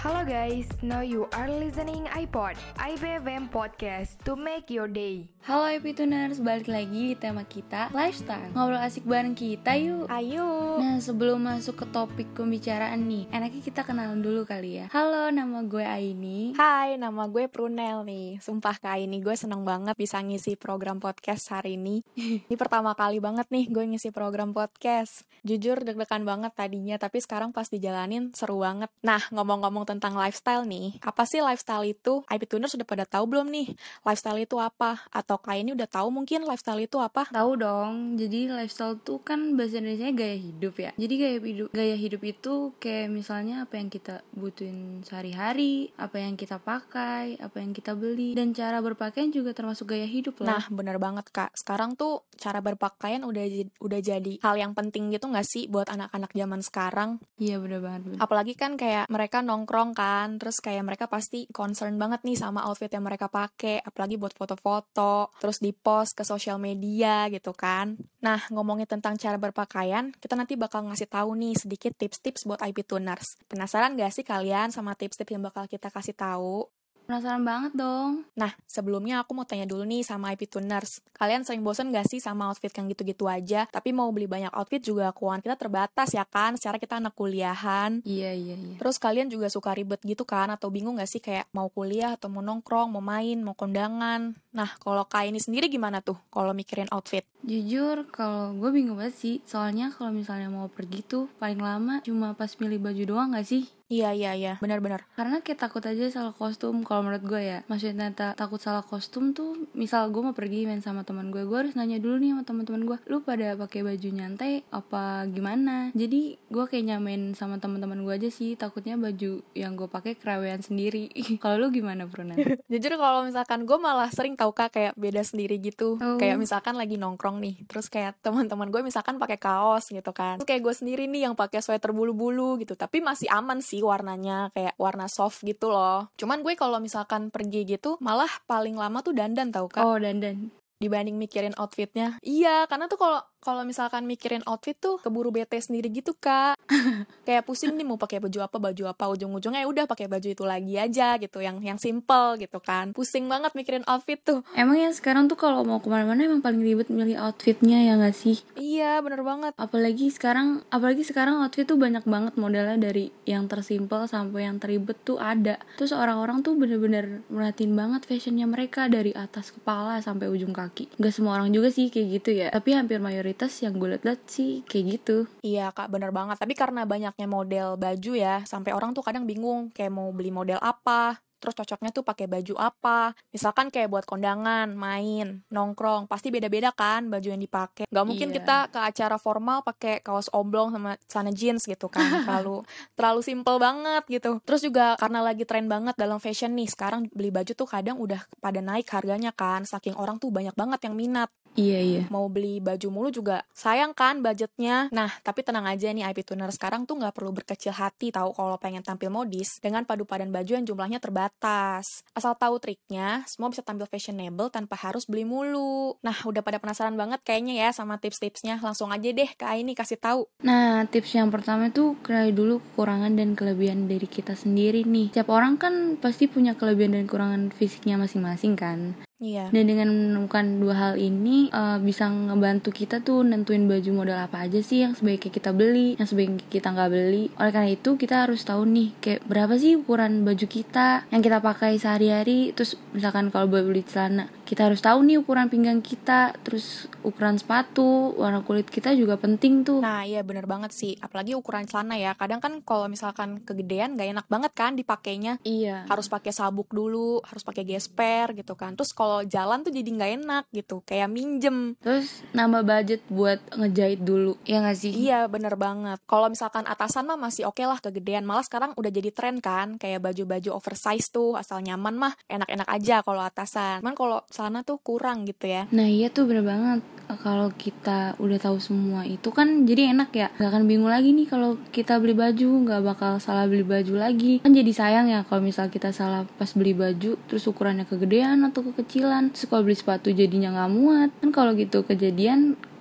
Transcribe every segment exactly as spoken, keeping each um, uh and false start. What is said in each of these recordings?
Hello guys, now you are listening iPod, I B F M Podcast to make your day. Halo Epituners, balik lagi di tema kita, lifestyle. Ngobrol asik bareng kita yuk. Ayo. Nah, sebelum masuk ke topik pembicaraan nih, enaknya kita kenalan dulu kali ya. Halo, nama gue Aini. Hai, nama gue Prunel nih. Sumpah Kak Aini, gue seneng banget bisa ngisi program podcast hari ini. Ini pertama kali banget nih gue ngisi program podcast. Jujur deg-degan banget tadinya, tapi sekarang pas dijalanin seru banget. Nah, ngomong-ngomong tentang lifestyle nih, apa sih lifestyle itu? Epituners sudah pada tahu belum nih? Lifestyle itu apa? Atau Kak Aini udah tahu mungkin lifestyle itu apa? Tahu dong, jadi lifestyle tuh kan bahasa Indonesianya gaya hidup ya. Jadi gaya hidup, gaya hidup itu kayak misalnya apa yang kita butuhin sehari-hari, apa yang kita pakai, apa yang kita beli, dan cara berpakaian juga termasuk gaya hidup lah. Nah, bener banget Kak. Sekarang tuh cara berpakaian udah udah jadi hal yang penting gitu nggak sih buat anak-anak zaman sekarang? Iya bener banget. Bener. Apalagi kan kayak mereka nongkrong kan, terus kayak mereka pasti concern banget nih sama outfit yang mereka pakai, apalagi buat foto-foto, terus di post ke sosial media gitu kan. Nah, ngomongin tentang cara berpakaian, kita nanti bakal ngasih tahu nih sedikit tips-tips buat Epituners. Penasaran gak sih kalian sama tips-tips yang bakal kita kasih tahu? Penasaran banget dong. Nah, sebelumnya aku mau tanya dulu nih sama Epituners. Kalian sering bosen gak sih sama outfit yang gitu-gitu aja? Tapi mau beli banyak outfit juga keuangan kita terbatas ya kan? Secara kita anak kuliahan. Iya, iya, iya. Terus kalian juga suka ribet gitu kan? Atau bingung gak sih kayak mau kuliah atau mau nongkrong, mau main, mau kondangan? Nah, kalau Kak ini sendiri gimana tuh kalau mikirin outfit? Jujur, kalau gue bingung banget sih. Soalnya kalau misalnya mau pergi tuh paling lama cuma pas milih baju doang gak sih? Iya, iya, iya. Benar-benar. Karena kayak takut aja salah kostum kalau menurut gue ya. Maksudnya ta- takut salah kostum tuh, misal gue mau pergi main sama teman gue, gue harus nanya dulu nih sama teman-teman gue, lu pada pakai baju nyantai apa gimana? Jadi gue kayak nyamain sama teman-teman gue aja sih, takutnya baju yang gue pakai kerewean sendiri. Kalau lu gimana, Bruna? Jujur kalau misalkan gue malah sering tau Kak kayak beda sendiri gitu. Oh. Kayak misalkan lagi nongkrong nih, terus kayak teman-teman gue misalkan pakai kaos gitu kan. Terus kayak gue sendiri nih yang pakai sweater bulu-bulu gitu, tapi masih aman sih warnanya, kayak warna soft gitu loh. Cuman gue kalau misalkan pergi gitu malah paling lama tuh dandan tau Kak. Oh, dandan. Dibanding mikirin outfitnya. Iya, karena tuh kalau kalau misalkan mikirin outfit tuh keburu bete sendiri gitu Kak. Kayak pusing nih mau pakai baju apa baju apa, ujung-ujungnya ya udah pakai baju itu lagi aja gitu, yang yang simple gitu kan. Pusing banget mikirin outfit tuh. Emang ya sekarang tuh kalau mau kemana-mana emang paling ribet milih outfitnya ya nggak sih? Iya, bener banget. Apalagi sekarang, apalagi sekarang outfit tuh banyak banget modelnya, dari yang tersimpel sampai yang teribet tuh ada. Terus orang-orang tuh bener-bener merhatiin banget fashionnya mereka dari atas kepala sampai ujung kaki. Gak semua orang juga sih kayak gitu ya, tapi hampir mayoritas yang gue liat-liat sih kayak gitu. Iya Kak, bener banget. Tapi karena banyaknya model baju ya, sampai orang tuh kadang bingung kayak mau beli model apa, terus cocoknya tuh pakai baju apa. Misalkan kayak buat kondangan, main, nongkrong, pasti beda-beda kan baju yang dipakai. Gak mungkin Iya. kita ke acara formal pakai kaos oblong sama celana jeans gitu kan. Terlalu terlalu simple banget gitu. Terus juga karena lagi tren banget dalam fashion nih, sekarang beli baju tuh kadang udah pada naik harganya kan, saking orang tuh banyak banget yang minat. Iya, iya. Mau beli baju mulu juga sayang kan budgetnya. Nah, tapi tenang aja nih Epituners, sekarang tuh gak perlu berkecil hati tahu kalau pengen tampil modis dengan padu padan baju yang jumlahnya terbatas. Asal tahu triknya, semua bisa tampil fashionable tanpa harus beli mulu. Nah, udah pada penasaran banget kayaknya ya sama tips-tipsnya. Langsung aja deh Kak Aini kasih tahu. Nah, tips yang pertama tuh kenali dulu kekurangan dan kelebihan dari kita sendiri nih. Setiap orang kan pasti punya kelebihan dan kekurangan fisiknya masing-masing kan. Iya. Dan dengan menemukan dua hal ini uh, bisa ngebantu kita tuh nentuin baju model apa aja sih yang sebaiknya kita beli, yang sebaiknya kita nggak beli. Oleh karena itu kita harus tahu nih kayak berapa sih ukuran baju kita yang kita pakai sehari-hari. Terus misalkan kalau beli celana, kita harus tahu nih ukuran pinggang kita, terus ukuran sepatu, warna kulit kita juga penting tuh. Nah iya bener banget sih, apalagi ukuran celana ya. Kadang kan kalau misalkan kegedean gak enak banget kan dipakainya. Iya. Harus pakai sabuk dulu, harus pakai gesper gitu kan. Terus kalau jalan tuh jadi nggak enak gitu, kayak minjem. Terus nambah budget buat ngejahit dulu, ya nggak sih? Iya bener banget. Kalau misalkan atasan mah masih oke okay lah kegedean. Malah sekarang udah jadi tren kan, kayak baju-baju oversize tuh, asal nyaman mah enak-enak aja kalau atasan. Cuman kalau celana tuh kurang gitu ya. Nah iya tuh bener banget. Kalau kita udah tahu semua itu kan jadi enak ya, nggak akan bingung lagi nih kalau kita beli baju, nggak bakal salah beli baju lagi. Kan jadi sayang ya kalau misal kita salah pas beli baju, terus ukurannya kegedean atau kekecilan. Terus kalau beli sepatu jadinya nggak muat. Kan kalau gitu kejadian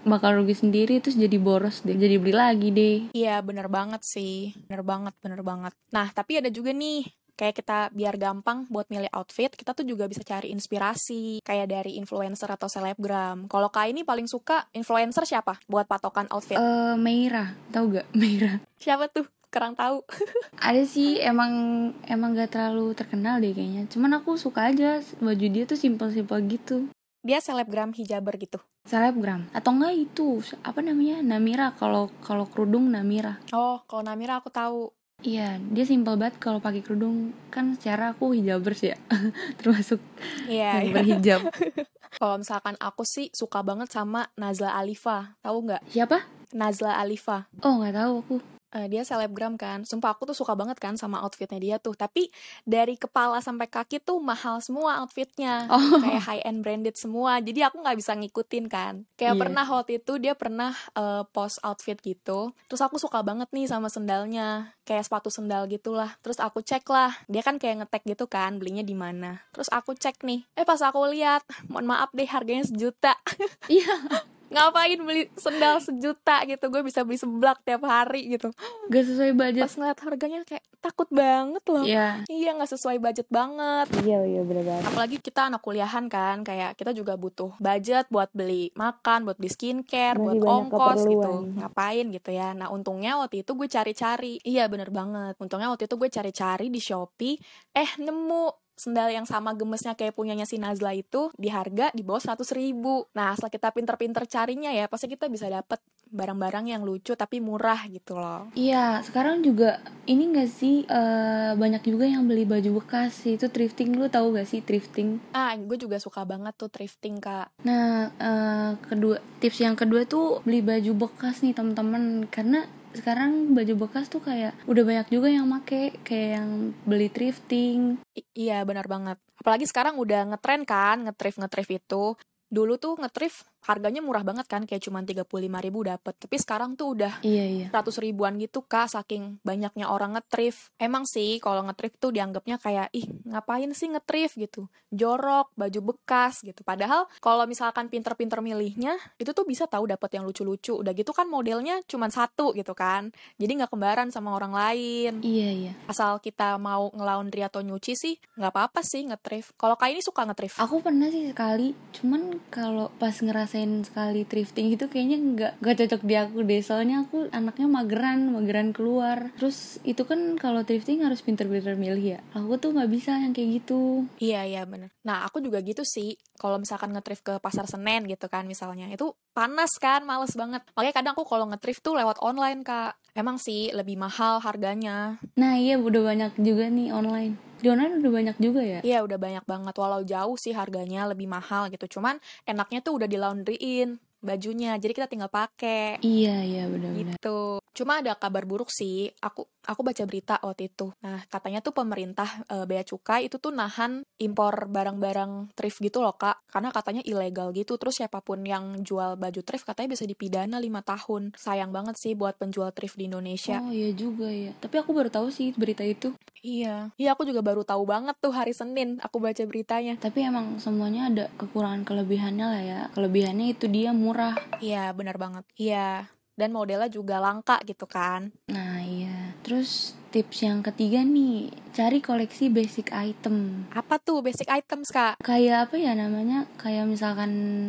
bakal rugi sendiri, terus jadi boros deh, jadi beli lagi deh. Iya bener banget sih, bener banget, bener banget. Nah tapi ada juga nih, kayak kita biar gampang buat milih outfit, kita tuh juga bisa cari inspirasi, kayak dari influencer atau selebgram. Kalau Kak ini paling suka influencer siapa buat patokan outfit? Eh, Meira, tahu gak Meira? Siapa tuh? Kurang tahu. Ada sih, emang emang gak terlalu terkenal deh kayaknya. Cuman aku suka aja baju dia tuh simpel-simpel gitu. Dia selebgram hijaber gitu. Selebgram atau enggak itu apa namanya, Namira, kalau kalau kerudung Namira. Oh, kalau Namira aku tahu. Iya, dia simpel banget kalau pakai kerudung. Kan secara aku hijabers ya, termasuk Iya. yang berhijab. Kalau misalkan aku sih suka banget sama Nazla Alifa, tahu nggak? Siapa? Nazla Alifa. Oh, nggak tahu aku. Uh, dia selebgram kan, sumpah aku tuh suka banget kan sama outfitnya dia tuh. Tapi dari kepala sampai kaki tuh mahal semua outfitnya, Oh. kayak high end branded semua. Jadi aku nggak bisa ngikutin kan. Kayak Iya. pernah waktu itu dia pernah uh, post outfit gitu. Terus aku suka banget nih sama sendalnya, kayak sepatu sendal gitulah. Terus aku cek lah, dia kan kayak nge-tag gitu kan, belinya di mana. Terus aku cek nih, eh pas aku lihat, mohon maaf deh harganya sejuta. Iya. Ngapain beli sendal sejuta gitu, gue bisa beli seblak tiap hari gitu. Gak sesuai budget. Pas ngeliat harganya kayak takut banget loh. Iya. Iya, nggak sesuai budget banget. Iya, iya benar banget. Apalagi kita anak kuliahan kan, kayak kita juga butuh budget buat beli makan, buat beli skincare, Masih buat banyak ongkos keperluan. gitu. Ngapain gitu ya. Nah untungnya waktu itu gue cari-cari. Iya bener banget. Untungnya waktu itu gue cari-cari di Shopee. Eh nemu sendal yang sama gemesnya kayak punyanya si Nazla itu di harga di bawah seratus ribu. Nah setelah kita pinter-pinter carinya ya, pasti kita bisa dapet barang-barang yang lucu tapi murah gitu loh. Iya, sekarang juga ini gak sih, uh, banyak juga yang beli baju bekas. Itu thrifting, lu tahu gak sih thrifting? Ah, gue juga suka banget tuh thrifting, Kak. Nah, uh, kedua tips yang kedua tuh beli baju bekas nih teman-teman, karena sekarang baju bekas tuh kayak udah banyak juga yang make, kayak yang beli thrifting. I- iya benar banget. Apalagi sekarang udah ngetren kan, ngethrift ngethrift itu. Dulu tuh ngethrift harganya murah banget kan, kayak cuma tiga puluh lima ribu dapet. Tapi sekarang tuh udah Iya, iya. seratus ribuan gitu Kak, saking banyaknya orang ngethrift. Emang sih kalau ngethrift tuh dianggapnya kayak, ih ngapain sih ngethrift gitu, jorok, baju bekas gitu. Padahal kalau misalkan pinter-pinter milihnya, itu tuh bisa tahu dapet yang lucu-lucu. Udah gitu kan modelnya cuma satu gitu kan, jadi nggak kembaran sama orang lain. Iya, iya. Asal kita mau ngelaundry atau nyuci sih nggak apa-apa sih nge-thrift. Kalau Kak ini suka nge-thrift? Aku pernah sih sekali, cuman kalau pas ngerasain sekali thrifting itu kayaknya nggak nggak cocok di aku deh, soalnya aku anaknya mageran mageran keluar. Terus itu kan kalau thrifting harus pinter-pinter milih ya, aku tuh nggak bisa yang kayak gitu. Iya iya bener. Nah aku juga gitu sih. Kalau misalkan nge-thrift ke pasar Senen gitu kan misalnya, itu panas kan, males banget. Makanya kadang aku kalau nge-thrift tuh lewat online Kak. Emang sih lebih mahal harganya. Nah iya, udah banyak juga nih online. Di online udah banyak juga ya? Iya udah banyak banget. Walau jauh sih harganya lebih mahal gitu. Cuman enaknya tuh udah di laundryin bajunya, jadi kita tinggal pakai. Iya iya benar-benar. Gitu. Cuma ada kabar buruk sih. Aku aku baca berita waktu itu. Nah katanya tuh pemerintah e, bea cukai itu tuh nahan impor barang-barang thrift gitu loh Kak. Karena katanya ilegal gitu. Terus siapapun yang jual baju thrift katanya bisa dipidana lima tahun. Sayang banget sih buat penjual thrift di Indonesia. Oh iya juga ya. Tapi aku baru tahu sih berita itu. Iya. Iya aku juga baru tahu banget tuh hari Senin aku baca beritanya. Tapi emang semuanya ada kekurangan kelebihannya lah ya. Kelebihannya itu dia murah. Iya benar banget. Iya. Dan modelnya juga langka gitu kan. Nah iya. Terus tips yang ketiga nih, cari koleksi basic item. Apa tuh basic items Kak? Kayak apa ya namanya, kayak misalkan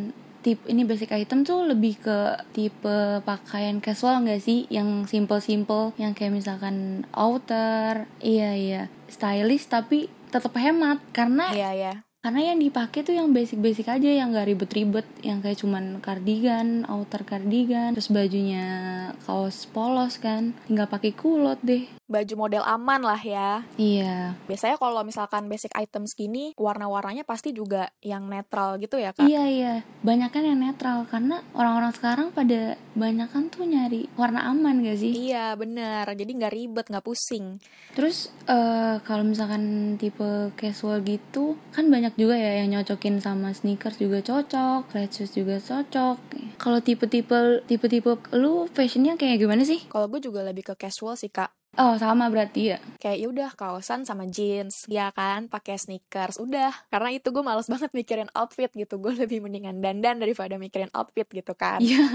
tip ini basic item tuh lebih ke tipe pakaian casual gak sih, yang simple-simple, yang kayak misalkan outer. Iya iya, stylish tapi tetap hemat. Karena Iya iya. Karena yang dipakai tuh yang basic-basic aja, yang gak ribet-ribet, yang kayak cuman cardigan, outer cardigan, terus bajunya kaos polos kan, tinggal pakai kulot deh. Baju model aman lah ya. Iya. Biasanya kalau misalkan basic items gini, warna-warnanya pasti juga yang netral gitu ya Kak? Iya iya, banyak kan yang netral, karena orang-orang sekarang pada banyakan tuh nyari warna aman gak sih? Iya bener, jadi nggak ribet, nggak pusing. Terus uh, kalau misalkan tipe casual gitu, kan banyak juga ya yang nyocokin sama sneakers juga cocok, flat shoes juga cocok. Kalau tipe-tipe tipe-tipe lu fashionnya kayak gimana sih? Kalau gue juga lebih ke casual sih Kak. Oh, sama berarti ya. Kayak ya udah kaosan sama jeans, ya kan, pakai sneakers, udah. Karena itu gue males banget mikirin outfit gitu. Gue lebih mendingan dandan daripada mikirin outfit gitu kan. Iya.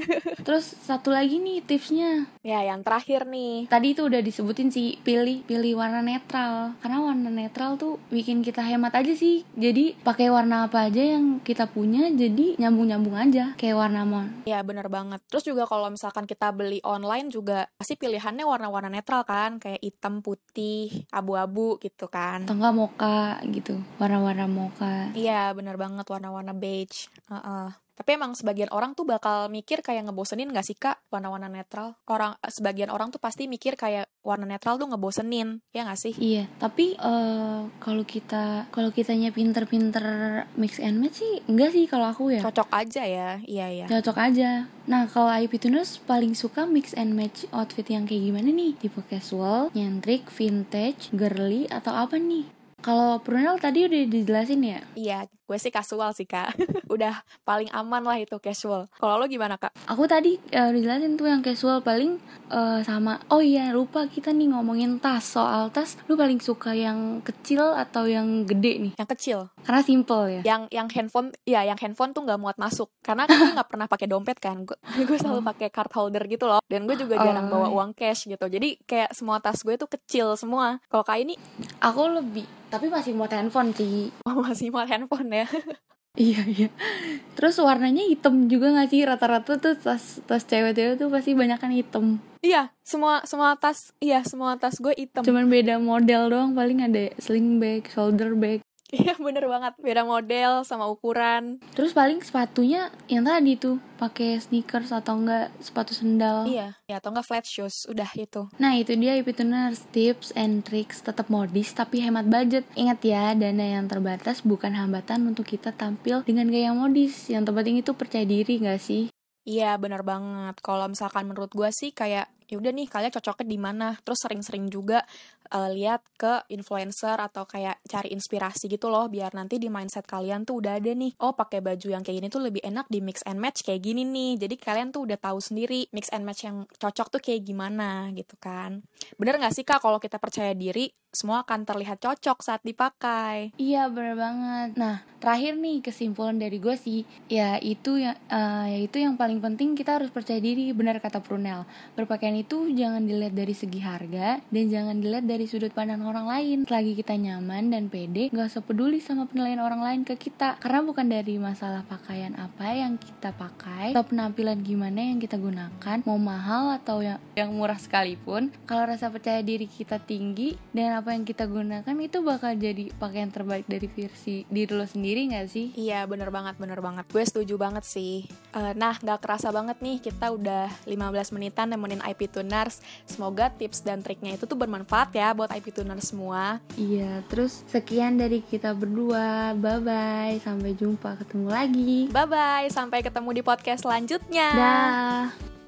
Terus satu lagi nih tipsnya. Ya, yang terakhir nih. Tadi itu udah disebutin sih, pilih pilih warna netral. Karena warna netral tuh bikin kita hemat aja sih. Jadi pakai warna apa aja yang kita punya, jadi nyambung-nyambung aja kayak warna mon. Ya, bener banget. Terus juga kalau misalkan kita beli online juga pasti pilihannya warna-warna netral kan, kayak hitam, putih, abu-abu gitu kan. Atau enggak mocha gitu, warna-warna mocha. Iya, bener banget, warna-warna beige. Uh-uh. Tapi emang sebagian orang tuh bakal mikir kayak ngebosenin gak sih Kak warna-warna netral? Orang sebagian orang tuh pasti mikir kayak warna netral tuh ngebosenin, ya gak sih? Iya, tapi uh, kalau kita kalau kitanya pinter-pinter mix and match sih enggak sih kalau aku ya. Cocok aja ya, iya ya. Cocok aja. Nah, kalau I P Tuners paling suka mix and match outfit yang kayak gimana nih? Tipe casual, nyentrik, vintage, girly, atau apa nih? Kalau Prunel tadi udah dijelasin ya? Iya, gue sih casual sih Kak. Udah paling aman lah itu casual. Kalau lo gimana Kak? Aku tadi uh, udah jelasin tuh yang casual paling uh, sama. Oh iya, lupa kita nih ngomongin tas. Soal tas, lu paling suka yang kecil atau yang gede nih? Yang kecil. Karena simple ya. Yang yang handphone, ya yang handphone tuh nggak muat masuk. Karena gue nggak pernah pakai dompet kan. Gue gue selalu pakai card holder gitu loh. Dan gue juga jarang Oh. bawa uang cash gitu. Jadi kayak semua tas gue tuh kecil semua. Kalau kayak ini, Aku lebih, tapi masih muat handphone sih. oh, masih muat handphone ya. Iya iya. Terus warnanya hitam juga nggak sih? Rata-rata tuh tas tas cewek-cewek tuh pasti banyakan hitam. Iya, semua semua tas, iya semua tas gue hitam. Cuman beda model doang, paling ada sling bag, shoulder bag. Iya bener banget, beda model sama ukuran. Terus paling sepatunya yang tadi tuh pakai sneakers atau enggak sepatu sendal. Iya, ya atau enggak flat shoes, udah itu. Nah itu dia I P Tuners, tips and tricks tetap modis tapi hemat budget. Ingat ya, dana yang terbatas bukan hambatan untuk kita tampil dengan gaya modis. Yang terpenting itu percaya diri gak sih? Iya bener banget. Kalau misalkan menurut gue sih kayak ya udah nih kalian cocoknya di mana. Terus sering-sering juga uh, lihat ke influencer atau kayak cari inspirasi gitu loh, biar nanti di mindset kalian tuh udah ada nih. Oh pakai baju yang kayak gini tuh lebih enak di mix and match kayak gini nih. Jadi kalian tuh udah tahu sendiri mix and match yang cocok tuh kayak gimana gitu kan. Bener nggak sih Kak kalau kita percaya diri semua akan terlihat cocok saat dipakai? Iya bener banget. Nah terakhir nih kesimpulan dari gue sih, ya itu ya uh, ya itu yang paling penting, kita harus percaya diri. Benar kata Prunel, berpakaian itu jangan dilihat dari segi harga dan jangan dilihat dari sudut pandang orang lain. Selagi kita nyaman dan pede, gak usah peduli sama penilaian orang lain ke kita. Karena bukan dari masalah pakaian apa yang kita pakai atau penampilan gimana yang kita gunakan, mau mahal atau yang, yang murah sekalipun, kalau rasa percaya diri kita tinggi dan apa yang kita gunakan itu bakal jadi pakaian terbaik dari versi diri lo sendiri gak sih? Iya bener banget, bener banget. Gue setuju banget sih. uh, Nah gak kerasa banget nih kita udah lima belas menitan nemenin I P Tuners. Semoga tips dan triknya itu tuh bermanfaat ya buat I P Tuners semua. Iya, terus sekian dari kita berdua. Bye-bye, sampai jumpa, ketemu lagi. Bye-bye, sampai ketemu di podcast selanjutnya. Dah.